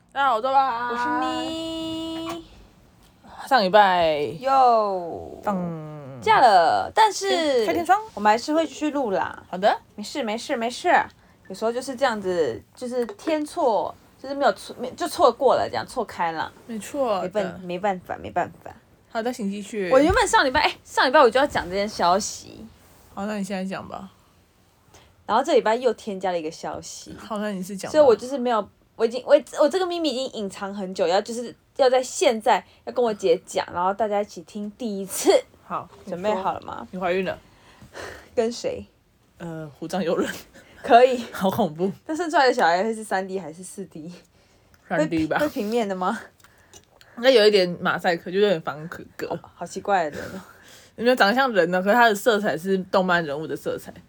大家好，我是吧， 我是你。 上礼拜又放假了，但是开天窗， 我们还是会继续录啦。 好的， 没事没事没事，有时候就是这样子，就是天错，就是没有错，就错过了，这样错开了， 没错的。 没办法没办法。 好的，请继续。 我原本上礼拜我就要讲这件消息， 好，那你现在讲吧。 然后这礼拜又添加了一个消息， 好，那你是讲吧。 所以我就是没有，我这个秘密已经隐藏很久，要在现在要跟我姐讲，然后大家一起听第一次。 好， 准备好了吗？ 你怀孕了？ 跟谁？ 虎杖悠仁。 可以。 好恐怖。 那生出来的小孩会是3D 还是4D？ 3D 吧。 会平面的吗？ 应该有一点马赛克，就有点方格。 好奇怪的人哦。 有没有长得像人呢？可是它的色彩是动漫人物的色彩。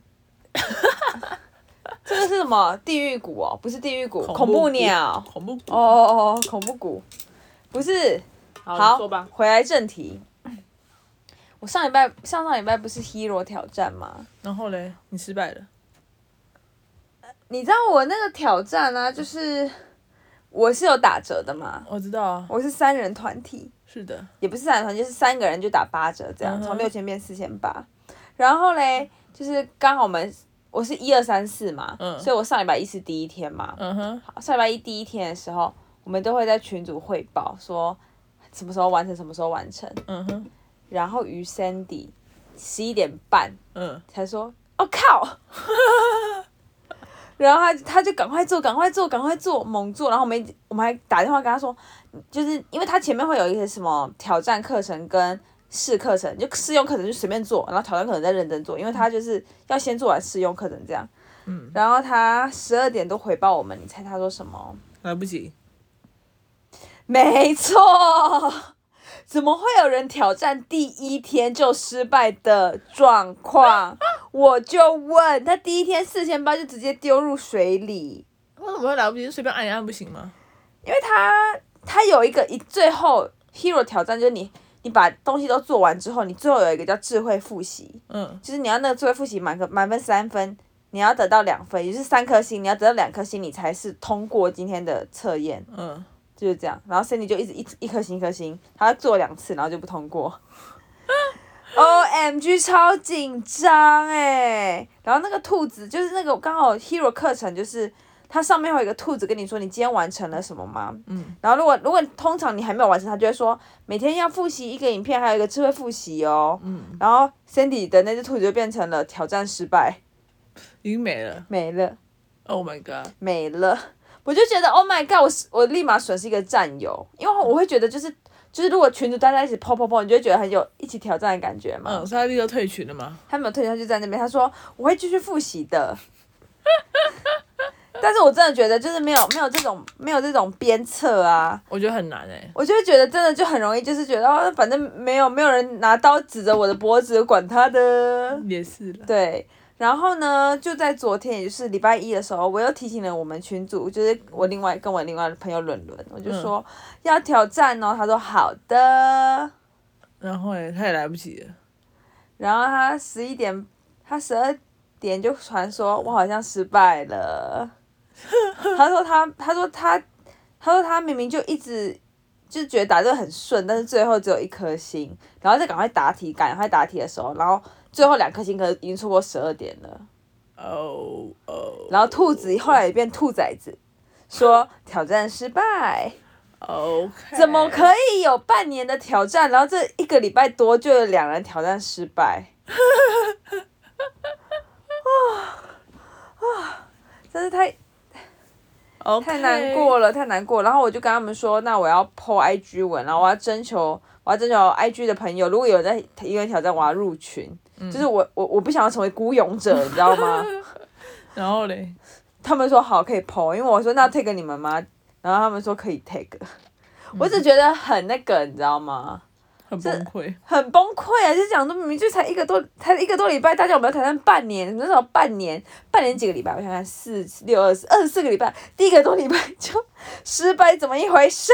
这个是什么？地狱谷哦，不是地狱谷，恐怖鸟。 恐怖谷。 哦，恐怖谷，不是。 好，说吧。 回来正题。我上礼拜不是 Hero 挑战吗？ 然后嘞，你失败了。 你知道我那个挑战啊，就是我是有打折的嘛。 我知道啊。 我是3人团体。 是的。 也不是3人团，就是3个人就打8折这样，从6000变4800。然后嘞，就是刚好我是1、2、3、4嘛，所以我上礼拜一是第一天嘛。好，上礼拜一第一天的时候，我们都会在群组汇报说什么时候完成，什么时候完成。然后于 Sandy 11点半，才说，哦靠！然后他就赶快做，猛做。然后我们还打电话跟他说，就是因为他前面会有一些什么挑战课程跟试课程，就试用课程就随便做，然后挑战课程再认真做，因为他就是要先做完试用课程这样。然后他12点多回报我们，你猜他说什么？ 来不及。 没错。怎么会有人挑战第一天就失败的状况？我就问他，第一天4800就直接丢入水里。 为什么会来不及？随便按一按不行吗？ 因为他有一个最后 Hero 挑战，就是你把东西都做完之后，你最后有一个叫智慧复习。就是你要那个智慧复习满分3分，你要得到2分，也就是3颗星，你要得到2颗星，你才是通过今天的测验。就是这样，然后 Sandy 就一直一颗星，他做2次，然后就不通过。OMG 超紧张哎！然后那个兔子就是那个刚好 Hero 课程，就是它上面会有一个兔子跟你说你今天完成了什么吗？然后如果通常你还没有完成，他就会说每天要复习1个影片，还有一个智慧复习哦。然后 Sandy 的那只兔子就变成了挑战失败， 已经没了。 没了。 Oh my god！ 没了。我就觉得 Oh my god， 我立马损失一个战友，因为我会觉得就是如果群主大家一起po，你就会觉得很有一起挑战的感觉嘛。 所以他立刻退群了吗？ 他没有退群，他就在那边，他说我会继续复习的。但是我真的觉得就是没有这种鞭策啊， 我觉得很难欸。 我就会觉得真的就很容易，就是觉得反正没有人拿刀指着我的脖子，管他的。 也是了。 对。然后呢，就在昨天，也就是礼拜一的时候，我又提醒了我们群组，就是跟我另外的朋友伦，我就说要挑战哦，他说好的。 然后他也来不及了。 然后他12点就传说我好像失败了。他说他明明就一直就觉得打字很顺，但是最后只有1颗星，然后再赶快答题的时候，然后最后2颗星可能已经错过12点了。然后兔子后来也变兔崽子，说挑战失败。 OK。 怎么可以有半年的挑战，然后这1个礼拜多就有2人挑战失败？真是太难过了，太难过了。然后我就跟他们说，那我要 po IG 文，然后我要征求 IG 的朋友，如果有人在一个人挑战，我要入群。就是我不想要成为孤勇者，你知道吗？ 然后嘞， 他们说好可以 po，因为我说那 tag 你们吗？然后他们说可以 tag。我只觉得很那个，你知道吗？ 很崩溃。 很崩溃啊！就讲说明明就才一个多礼拜，大家有没有挑战半年？那时候半年几个礼拜？我想想，4、6、24个礼拜，第1个多礼拜就失败，怎么一回事？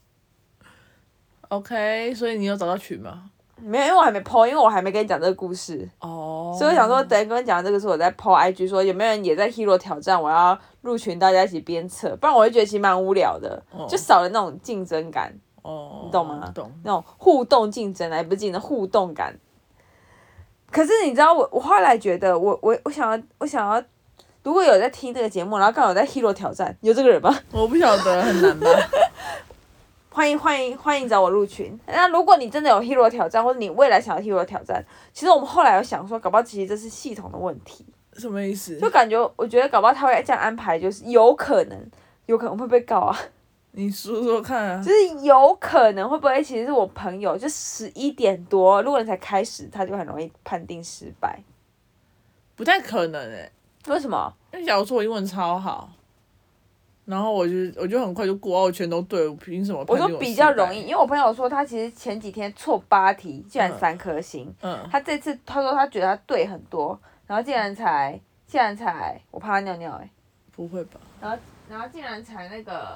OK， 所以你有找到群吗？ 没有，因为我还没 po， 因为我还没跟你讲这个故事。所以我想说，等跟你讲这个时候，我在 po IG 说有没有人也在 Hero 挑战，我要入群，大家一起鞭策，不然我会觉得其实蛮无聊的，就少了那种竞争感。你懂吗？ 懂。 那种互动竞争，不是竞争，互动感。可是你知道我后来觉得我想要，如果有在听这个节目，然后刚好有在 Hero 挑战，有这个人吗？ 我不晓得，很难吧？ 欢迎找我入群。那如果你真的有 Hero 挑战，或者你未来想要 Hero 挑战，其实我们后来有想说，搞不好其实这是系统的问题。 什么意思？ 就感觉我觉得搞不好他会这样安排，就是有可能会被告啊。 你说说看啊。 就是有可能会不会其实是我朋友，就11点多，如果你才开始，他就很容易判定失败。 不太可能为什么？ 因为假如说我英文超好，然后我就很快就过，我全都对，我凭什么判定我失败？ 我说比较容易，因为我朋友说他其实前几天错8题，竟然3颗星。他这次他说他觉得他对很多，然后竟然才，我怕他尿尿不会吧？ 然后竟然才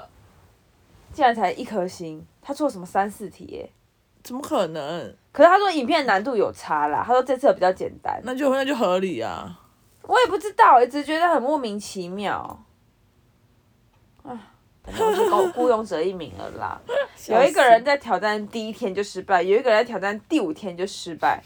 1颗星，他错什么3、4题怎么可能？ 可是他说影片难度有差啦，他说这次比较简单。 那就合理啊。 我也不知道只是觉得很莫名其妙。反正我是雇佣者1名了啦。有一个人在挑战第1天就失败，有一个人在挑战第5天就失败。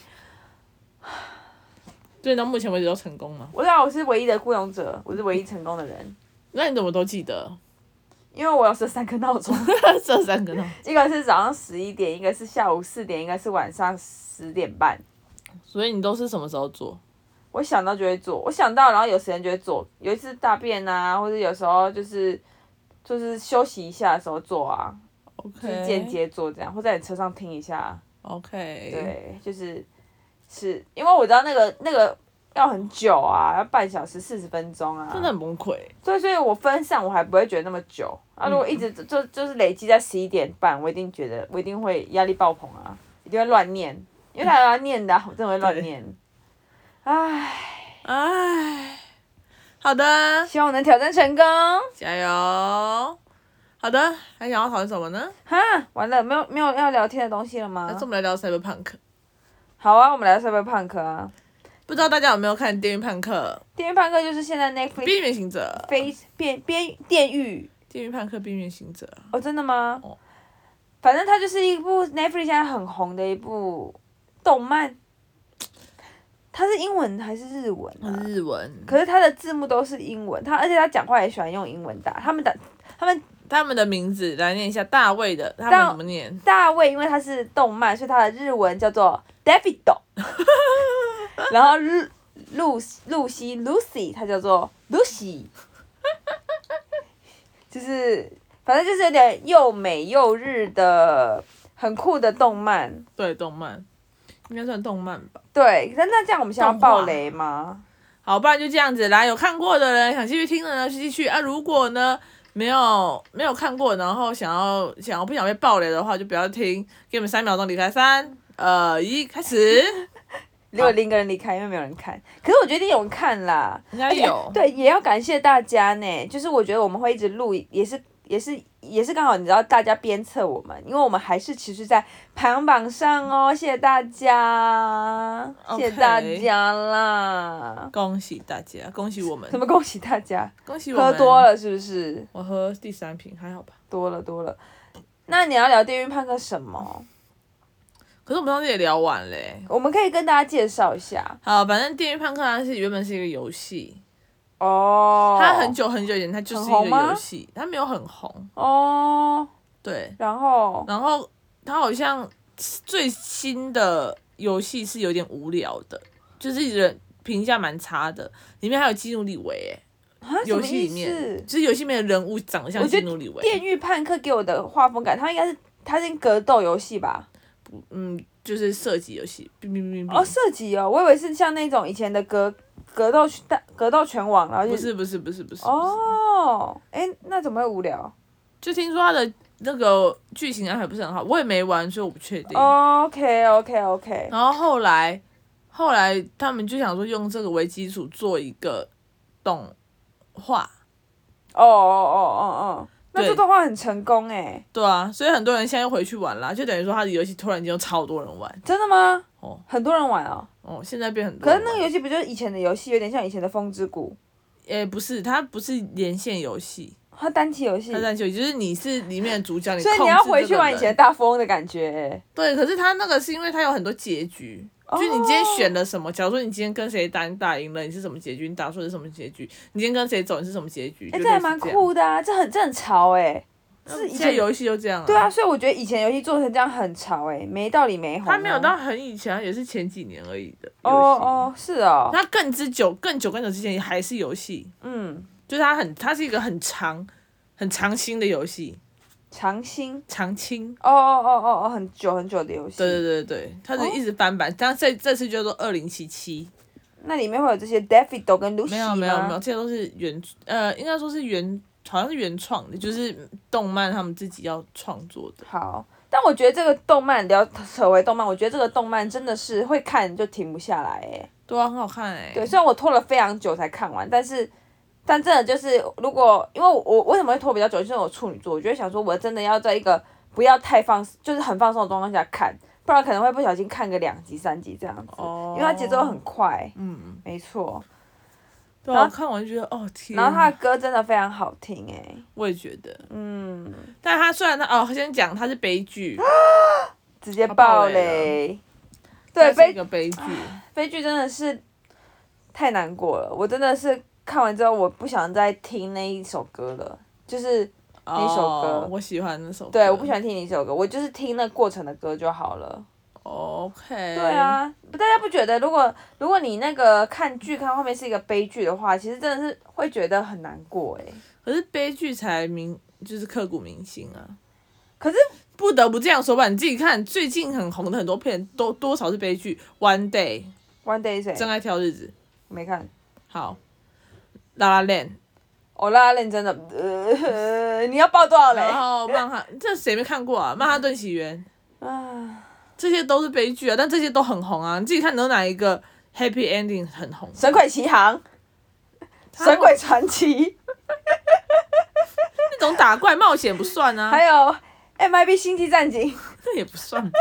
对，到目前为止都成功吗？ 我是唯一的雇佣者，我是唯一成功的人。 那你怎么都记得？ 因为我有设3个闹钟。 设3个闹钟。 一个是早上11点，一个是下午4点，一个是晚上10点半。 所以你都是什么时候做？ 我想到就会做，我想到然后有时间就会做。有一次大便啊，或者有时候就是休息一下的时候做啊。 OK。 就是间接做这样，或在你车上听一下。 OK。 对，是因为我知道那个要很久啊，要半小时40分钟啊。 真的很崩溃。 所以我分散我还不会觉得那么久啊。如果一直就是累积在11点半，我一定觉得我一定会压力爆棚啊，一定会乱念，因为他要念的我真的会乱念。唉， 好的， 希望我能挑战成功， 加油。好的，还想要讨论什么呢？ 完了，没有要聊天的东西了吗？ 还是我们来聊 Cyberpunk。 好啊，我们来聊 Cyberpunk 啊。 不知道大家有没有看《电狱判客》？ 《电狱判客》就是现在 Netflix 边缘行者。 电狱。 电狱判客边缘行者。 真的吗？反正它就是一部 Netflix 现在很红的一部动漫。它是英文还是日文啊？ 日文。 可是它的字幕都是英文，而且他讲话也喜欢用英文打。 他们的名字来念一下，大卫的，他们怎么念？ 大卫，因为他是动漫，所以他的日文叫做 Davido。然后露西 Lucy， 他叫做 Lucy。就是反正就是有点又美又日的很酷的动漫。 对，动漫应该算动漫吧。 对，那这样我们想要爆雷吗？ 好，不然就这样子啦。有看过的人想继续听的呢，就继续啊。如果呢没有看过，然后不想被爆雷的话，就不要听。给你们3秒钟离开，3、2、1，开始。 如果0个人离开，因为没有人看。可是我觉得一定有人看啦。 应该有。 对，也要感谢大家呢。就是我觉得我们会一直录，也是刚好，你知道大家鞭策我们，因为我们还是持续在排行榜上哦。谢谢大家，谢谢大家啦！ 恭喜大家，恭喜我们。 什么恭喜大家？ 恭喜我们。 喝多了是不是？ 我喝第3瓶，还好吧？ 多了。那你要聊《电狱判客》什么？ 可是我们上次也聊完嘞。 我们可以跟大家介绍一下。 好，反正《电狱判客》它原本是一个游戏。 它很久以前，它就是一个游戏，它没有很红。对。然后它好像最新的游戏是有点无聊的，就是人评价蛮差的。里面还有基努里维游戏里面，就是游戏里面的人物长得像基努里维。 我觉得《电狱判客》给我的画风感，它是格斗游戏吧？ 就是射击游戏。 射击哦，我以为是像那种以前的格斗拳王，然后不是。 那怎么会无聊？ 就听说它的那个剧情安排不是很好，我也没玩，所以我不确定。 OK。 然后后来他们就想说用这个为基础做一个动画。 那这动画很成功对啊，所以很多人现在又回去玩啦，就等于说他的游戏突然间有超多人玩。 真的吗？很多人玩哦。 现在变很多人玩。 可是那个游戏不就是以前的游戏，有点像以前的风之谷。 不是，它不是连线游戏， 它单机游戏， 就是你是里面的主角， 所以你要回去玩以前大富翁的感觉。 对，可是它那个是因为它有很多结局。就你今天选了什么？假如说你今天跟谁打，你打赢了，你是什么结局？你打输是什么结局？你今天跟谁走，你是什么结局？ 这还蛮酷的啊！这很潮是以前游戏就这样。 对啊，所以我觉得以前游戏做成这样很潮没道理没红。 它没有到很以前，也是前几年而已的游戏。是哦。 它更久之前还是游戏。就是它是一个很长青的游戏。 长青。很久的游戏。 对，它是一直翻版，但这次叫做2077。 那里面会有这些 Daffy 跟 Lucy 吗？ 没有，这些都是应该说是好像是原创的，就是动漫他们自己要创作的。 好，但我觉得这个动漫扯回动漫，我觉得这个动漫真的是会看就停不下来对啊，很好看对，虽然我拖了非常久才看完，但真的就是，因为我为什么会拖比较久，就是我处女座，我就会想说，我真的要在一个不要太就是很放松的状况下看，不然可能会不小心看个2集3集这样子，因为它节奏很快。没错。 对啊，看完就觉得天。 然后他的歌真的非常好听我也觉得。但他虽然先讲他是悲剧， 直接爆雷。 对，是一个悲剧。 悲剧真的是太难过了，我真的是。看完之后，我不想再听那一首歌了，就是那首歌。 我喜欢那首歌。 对，我不喜欢听那首歌，我就是听那过程的歌就好了。 OK。 对啊，大家不觉得如果你那个看剧看后面是一个悲剧的话，其实真的是会觉得很难过可是悲剧才就是刻骨铭心啊。 可是不得不这样说吧，你自己看最近很红的很多片都多少是悲剧。One Day。 One Day 谁？ 真爱挑日子。 没看。 好。La La Land。 La La Land 真的，你要爆多少雷？ 然后这谁没看过啊？曼哈顿起源。这些都是悲剧啊，但这些都很红啊。你自己看有哪一个 Happy Ending 很红？ 神鬼奇航。神鬼传奇。 那种打怪冒险不算啊。 还有 MIB 星际战警。 那也不算。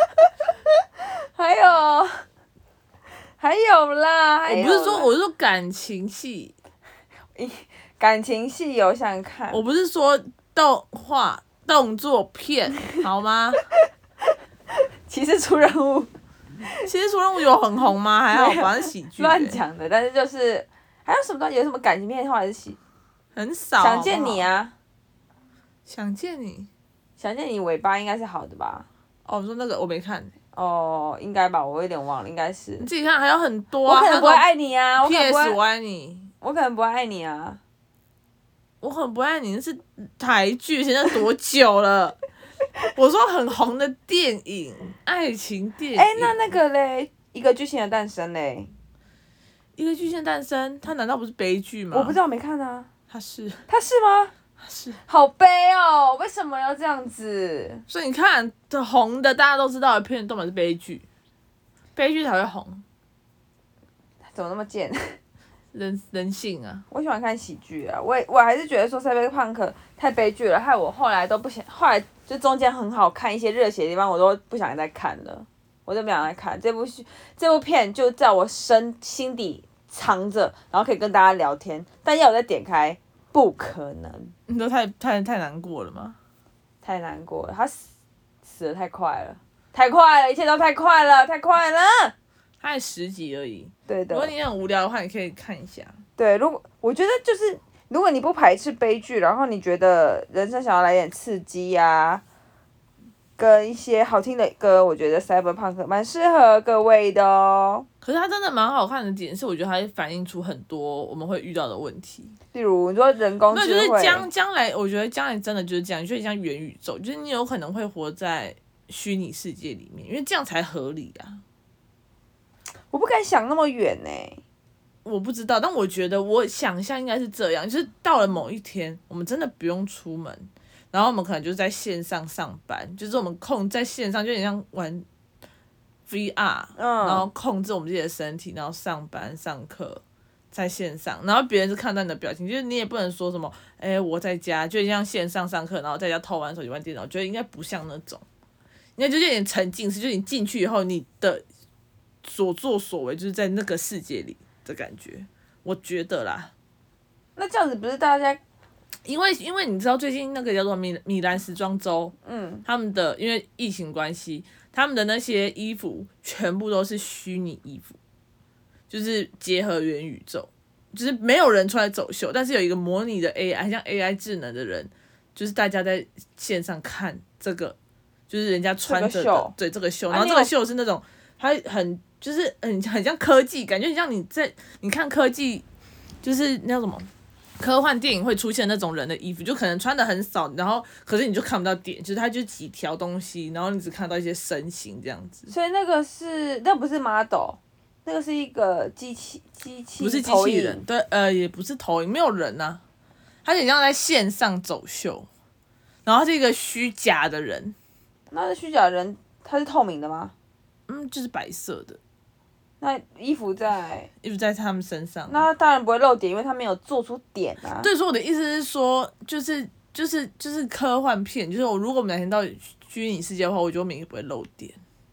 还有啦， 我是说感情戏。 感情戏有想看。 我不是说动作片，好吗？ 骑士出任务。 骑士出任务有很红吗？还好吧，是喜剧。 乱讲的，但是就是还有什么有什么感情片的话，还是很少。 想见你啊。 想见你尾巴应该是好的吧？ 我说那个我没看。 应该吧，我有点忘了，应该是。 你自己看，还有很多啊。 我可能不会爱你啊。 PS 我爱你。 我可能不会爱你啊。 我很不爱你，那是台剧，现在多久了？我说很红的电影，爱情电影。 那个嘞，一个巨星的诞生嘞。 一个巨星的诞生，它难道不是悲剧吗？ 我不知道，我没看啊。 它是吗？ 它是。 好悲哦，为什么要这样子？ 所以你看，红的大家都知道的片，都是悲剧，悲剧才会红。 怎么那么贱？ 人性啊！ 我喜欢看喜剧啊，我还是觉得说 Cyberpunk 太悲剧了，害我后来都不想，后来就中间很好看一些热血的地方，我都不想再看了，我就不想再看这部片，就在我心底藏着，然后可以跟大家聊天，但要我再点开，不可能。 你都太难过了吗？ 太难过了，他死得太快了，一切都太快了。 它才10集而已。 对的。 如果你很无聊的话，你可以看一下。 对，我觉得就是，如果你不排斥悲剧，然后你觉得人生想要来点刺激呀，跟一些好听的歌，我觉得 Cyberpunk 蛮适合各位的哦。 可是它真的蛮好看的点是，我觉得它反映出很多我们会遇到的问题。 例如你说人工智慧。 就是将来，我觉得将来真的就是这样，就很像元宇宙，就是你有可能会活在虚拟世界里面，因为这样才合理啊。 我不敢想那么远我不知道，但我觉得我想象应该是这样，就是到了某一天，我们真的不用出门，然后我们可能就是在线上上班，就是我们在线上，就有点像玩 VR，然后控制我们自己的身体，然后上班上课在线上，然后别人是看到你的表情，就是你也不能说什么，我在家，就像线上上课，然后在家偷玩手机玩电脑，我觉得应该不像那种，应该就是有点沉浸式，就是你进去以后，你的所作所为就是在那个世界里的感觉，我觉得啦。 那这样子不是大家？ 因为你知道最近那个叫做米兰时装周，他们的因为疫情关系，他们的那些衣服全部都是虚拟衣服，就是结合元宇宙，就是没有人出来走秀，但是有一个模拟的 AI， 像 AI 智能的人，就是大家在线上看这个，就是人家穿着的，对这个秀，然后这个秀是那种它就是很像科技，感觉很像你看科技，就是那叫什么？科幻电影会出现那种人的衣服，就可能穿的很少，然后可是你就看不到点，就是它就几条东西，然后你只看到一些身形这样子。 所以那不是 model， 那个是一个机器不是机器人，对，也不是投影，没有人啊，它很像在线上走秀，然后是一个虚假的人。 那虚假的人他是透明的吗？ 就是白色的。 那衣服在他们身上， 那当然不会露点，因为他没有做出点啊。 对，所以我的意思是说，就是科幻片，就是如果我们哪天到虚拟世界的话，我觉得我们应该不会露点。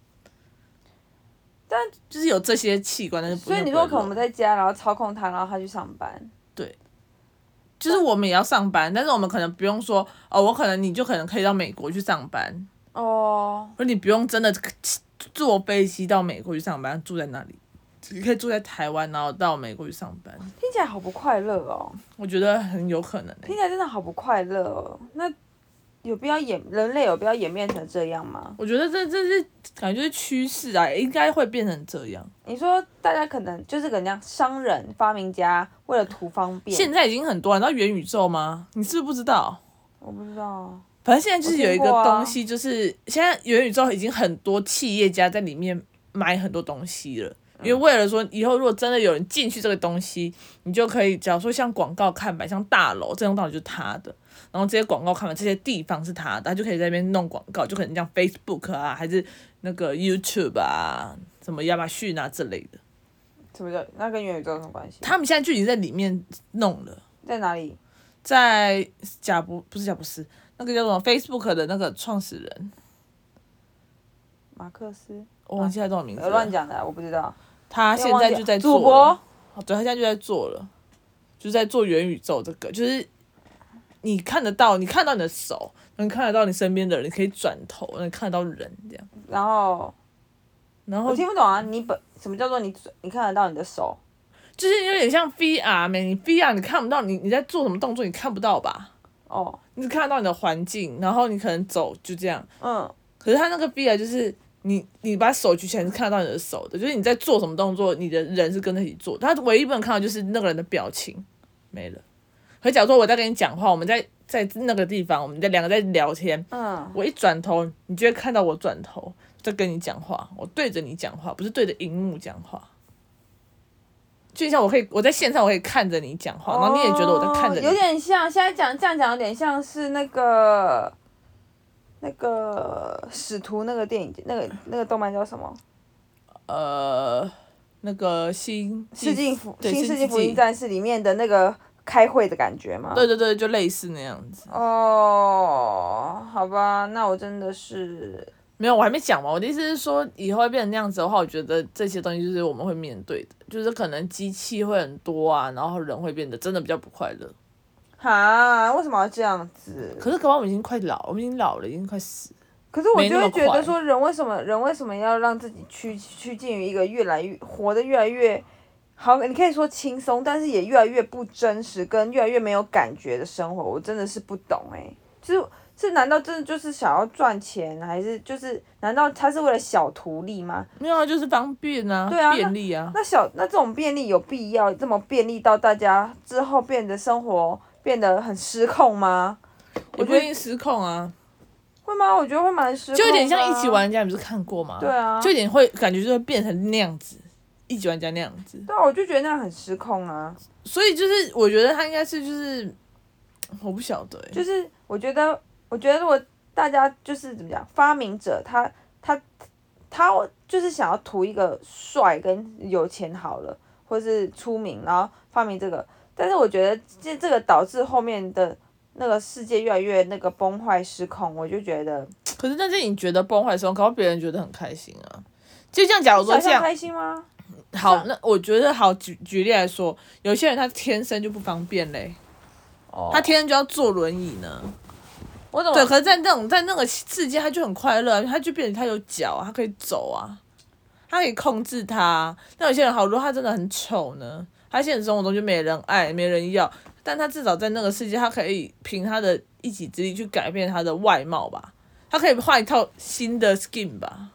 但就是有这些器官，但是所以你说可能我们在家，然后操控他，然后他去上班。 对，就是我们也要上班，但是我们可能不用说你就可能可以到美国去上班哦，而你不用真的坐飞机到美国去上班，住在那里，你可以住在台湾，然后到美国去上班。 听起来好不快乐哦。 我觉得很有可能。 听起来真的好不快乐哦。那人类有必要演变成这样吗？ 我觉得这是感觉是趋势啊，应该会变成这样。 你说大家可能就是可能像商人、发明家为了图方便。 现在已经很多，你知道元宇宙吗？你是不是不知道？ 我不知道。 反正现在就是有一个东西，就是现在元宇宙已经很多企业家在里面买很多东西了，因为为了说以后如果真的有人进去这个东西，你就可以假如说像广告看板，像大楼这栋大楼就是他的，然后这些广告看板这些地方是他的，他就可以在那边弄广告，就可能像 Facebook 啊，还是那个 YouTube 啊，什么亚马逊啊之类的。 什么叫那跟元宇宙有什么关系？ 他们现在就已经在里面弄了。 在哪里？ 在不是贾布斯。那个叫什么 Facebook 的那个创始人， 马克思， 我忘记他多少名字了。 乱讲的，我不知道。 他现在就在做。 主播。 对，他现在就在做了，就是在做元宇宙这个，就是你看得到，你看到你的手，能看得到你身边的人，你可以转头，能看得到人这样。 然后我听不懂啊，什么叫做你看得到你的手？ 就是有点像 VR 你 VR 你看不到你在做什么动作，你看不到吧？哦，你只看得到你的环境，然后你可能走就这样。可是他那个 VR 就是你把手举起来是看得到你的手的，就是你在做什么动作，你的人是跟着一起做。他唯一不能看到就是那个人的表情，没了。可假如说我在跟你讲话，我们在那个地方，我们两个在聊天，我一转头，你就会看到我转头在跟你讲话，我对着你讲话，不是对着荧幕讲话。就像我在线上我可以看着你讲话，然后你也觉得我在看着你。 有点像现在这样讲有点像是那个使徒那个电影那个动漫叫什么？ 那个新世纪福音战士里面的那个开会的感觉吗？ 对，就类似那样子。 哦，好吧，那我真的是。 没有，我还没讲完。我的意思是说，以后会变成那样子的话，我觉得这些东西就是我们会面对的，就是可能机器会很多啊，然后人会变得真的比较不快乐。 哈，为什么要这样子？ 可是搞不好我们已经快老，我们已经老了，已经快死了。 可是我就会觉得说，人为什么要让自己趋近于一个活得越来越好？你可以说轻松，但是也越来越不真实，跟越来越没有感觉的生活，我真的是不懂就是难道真的就是想要赚钱，还是就是难道他是为了小图利吗？ 没有啊，就是方便啊， 对啊， 便利啊。 那这种便利有必要这么便利到大家之后变得生活变得很失控吗？ 我觉得失控啊。 会吗？我觉得会蛮失控的。 就有点像一起玩家，你不是看过吗？ 对啊。 就有点会感觉就会变成那样子，一起玩家那样子。 对啊，我就觉得那样很失控啊。 所以就是我觉得他应该是就是我不晓得就是我觉得如果大家就是怎么讲，发明者他就是想要图一个帅跟有钱好了，或是出名，然后发明这个。但是我觉得这个导致后面的那个世界越来越那个崩坏失控，我就觉得。 可是但是你觉得崩坏失控，搞到别人觉得很开心啊。就这样，假如说这样开心吗？ 好，那我觉得好举例来说，有些人他天生就不方便嘞，他天生就要坐轮椅呢。对，可是在那个世界，他就很快乐，他就变成他有脚啊，他可以走啊，他可以控制他。那有些人好，如果他真的很丑呢，他现实生活中就没人爱，没人要，但他至少在那个世界，他可以凭他的一己之力去改变他的外貌吧，他可以换一套新的 skin 吧，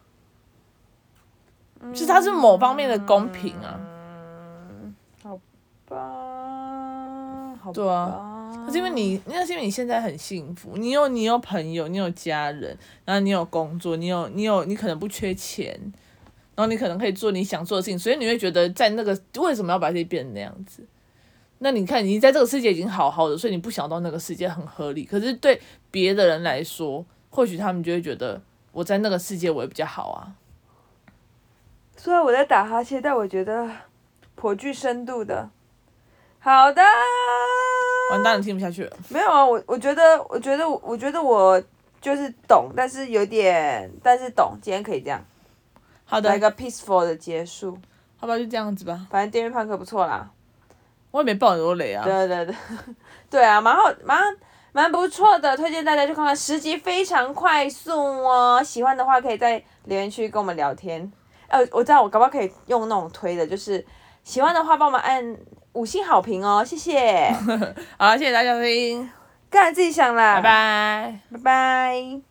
就是他是某方面的公平啊。 好吧，好吧。 对啊。那是因为你现在很幸福，你有朋友，你有家人，然后你有工作，你可能不缺钱，然后你可能可以做你想做的事情，所以你会觉得在那个为什么要把自己变成那样子？那你看你在这个世界已经好好的，所以你不想到那个世界很合理。可是对别的人来说，或许他们就会觉得我在那个世界我也比较好啊。 虽然我在打哈欠，但我觉得颇具深度的。好的。 完蛋了，听不下去了。 没有啊，我觉得我就是懂，但是懂，今天可以这样。 好的。 来个 peaceful 的结束。 好吧，就这样子吧。 反正电锯判客不错啦。 我也没爆很多雷啊。 对。对啊，蛮不错的，推荐大家去看看，10集非常快速哦。喜欢的话可以在留言区跟我们聊天。我知道我搞不好可以用那种推的，就是喜欢的话帮我们按5星好评哦，谢谢。 好，谢谢大家收听， 干自己想啦， 拜拜， 拜拜。